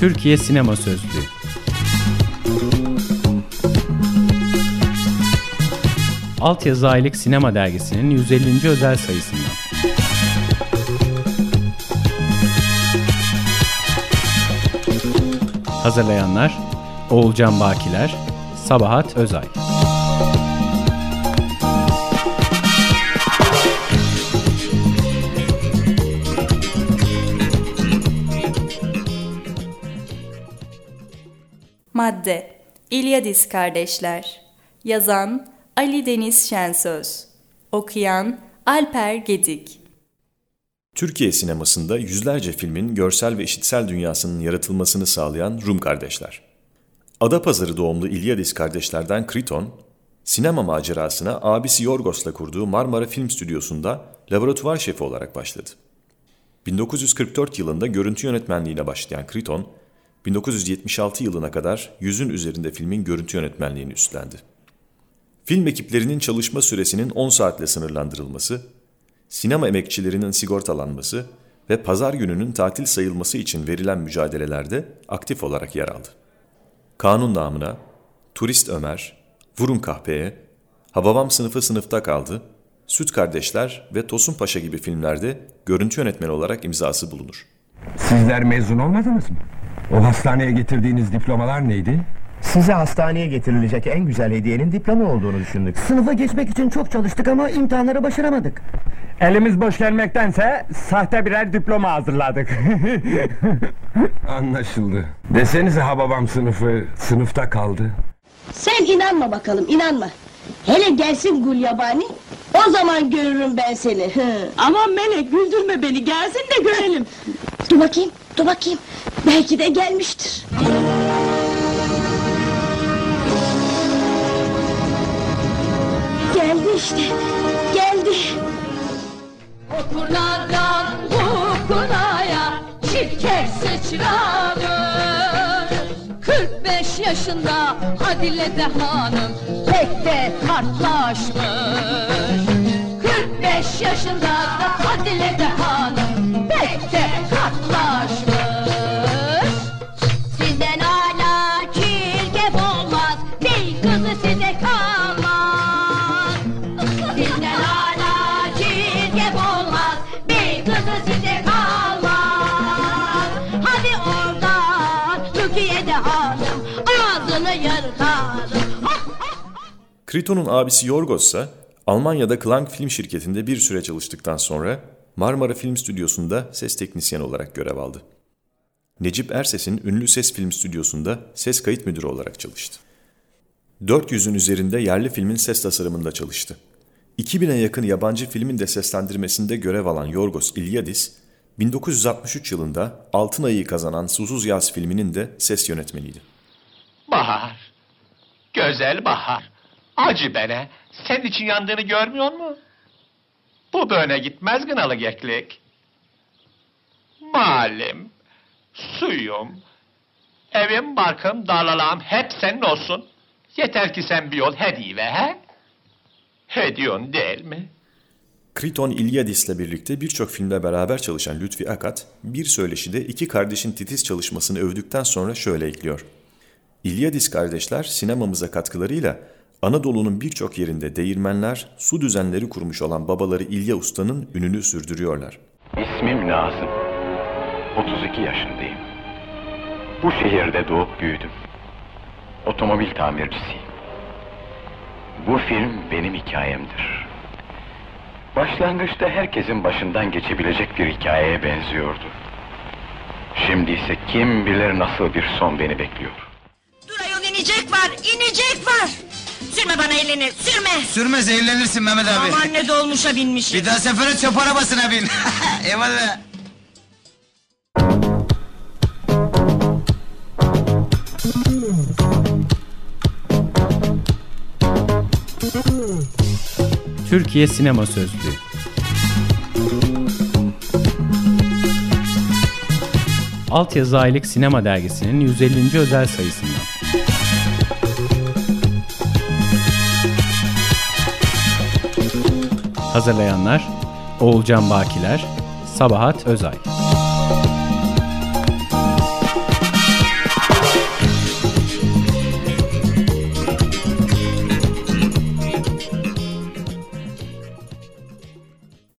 Türkiye Sinema Sözlüğü. Altyazı Aylık Sinema Dergisi'nin 150. özel sayısından. Hazırlayanlar Oğulcan Bakiler, Sabahat Özay. Madde İlyadis Kardeşler. Yazan Ali Deniz Şensöz. Okuyan Alper Gedik. Türkiye sinemasında yüzlerce filmin görsel ve işitsel dünyasının yaratılmasını sağlayan Rum kardeşler. Adapazarı doğumlu İlyadis kardeşlerden Kriton, sinema macerasına abisi Yorgos'la kurduğu Marmara Film Stüdyosu'nda laboratuvar şefi olarak başladı. 1944 yılında görüntü yönetmenliğine başlayan Kriton, 1976 yılına kadar 100'ün üzerinde filmin görüntü yönetmenliğini üstlendi. Film ekiplerinin çalışma süresinin 10 saatle sınırlandırılması, sinema emekçilerinin sigortalanması ve pazar gününün tatil sayılması için verilen mücadelelerde aktif olarak yer aldı. Kanun namına, Turist Ömer, Vurun Kahpeye, Hababam Sınıfı Sınıfta Kaldı, Süt Kardeşler ve Tosun Paşa gibi filmlerde görüntü yönetmeni olarak imzası bulunur. Sizler mezun olmadınız mı? O hastaneye getirdiğiniz diplomalar neydi? Size hastaneye getirilecek en güzel hediyenin diploma olduğunu düşündük. Sınıfa geçmek için çok çalıştık ama imtihanları başaramadık. Elimiz boş gelmektense sahte birer diploma hazırladık. Anlaşıldı. Desenize Hababam Sınıfı sınıfta kaldı. Sen inanma bakalım, inanma. Hele gelsin Gulyabani, o zaman görürüm ben seni. Aman Melek, güldürme beni, gelsin de görelim. Dur bakayım, belki de gelmiştir. Geldi işte, geldi. Okurlardan hukunaya şirket sıçramış. 45 yaşında Adile de hanım pek de kartlaşmış. 45 yaşında da Adile de hanım pek de kartlaşmış. Sizden hala çirkef olmaz, bey kızı size kalmaz. Sizden hala çirkef olmaz, bey kızı size kalmaz. Hadi oradan Türkiye'de hanım ağzını yırtarım. Kriton'un abisi Yorgos ise Almanya'da Klang Film Şirketi'nde bir süre çalıştıktan sonra Marmara Film Stüdyosu'nda ses teknisyeni olarak görev aldı. Necip Erses'in ünlü ses film stüdyosunda ses kayıt müdürü olarak çalıştı. 400'ün üzerinde yerli filmin ses tasarımında çalıştı. 2000'e yakın yabancı filmin de seslendirmesinde görev alan Yorgos İlyadis, 1963 yılında Altın Ayı'yı kazanan Susuz Yaz filminin de ses yönetmeniydi. Bahar, güzel bahar, acı bene, senin için yandığını görmüyor mu? Bu böyle gitmez gınalı geklik. Malim, suyum, evim, barkım, darlalağım hep senin olsun. Yeter ki sen bir yol hediye ve he? Hediyon değil mi? Kriton İlyadis'le birlikte birçok filmde beraber çalışan Lütfi Akat, bir söyleşide iki kardeşin titiz çalışmasını övdükten sonra şöyle ekliyor. İlyadis kardeşler sinemamıza katkılarıyla Anadolu'nun birçok yerinde değirmenler, su düzenleri kurmuş olan babaları İlya Usta'nın ününü sürdürüyorlar. İsmim Nazım. 32 yaşındayım. Bu şehirde doğup büyüdüm. Otomobil tamircisiyim. Bu film benim hikayemdir. Başlangıçta herkesin başından geçebilecek bir hikayeye benziyordu. Şimdi ise kim bilir nasıl bir son beni bekliyor. Dur ayol, inecek var! Sürme bana elini, sürme! Sürme, zehirlenirsin Mehmet abi. Aman ne dolmuşa binmişim. Bir daha sefere çöp arabasına bin. Eyvallah. Türkiye Sinema Sözlüğü. Altyazı Aylık Sinema Dergisi'nin 150. özel sayısından. Hazırlayanlar Oğulcan Bakiler, Sabahat Özay.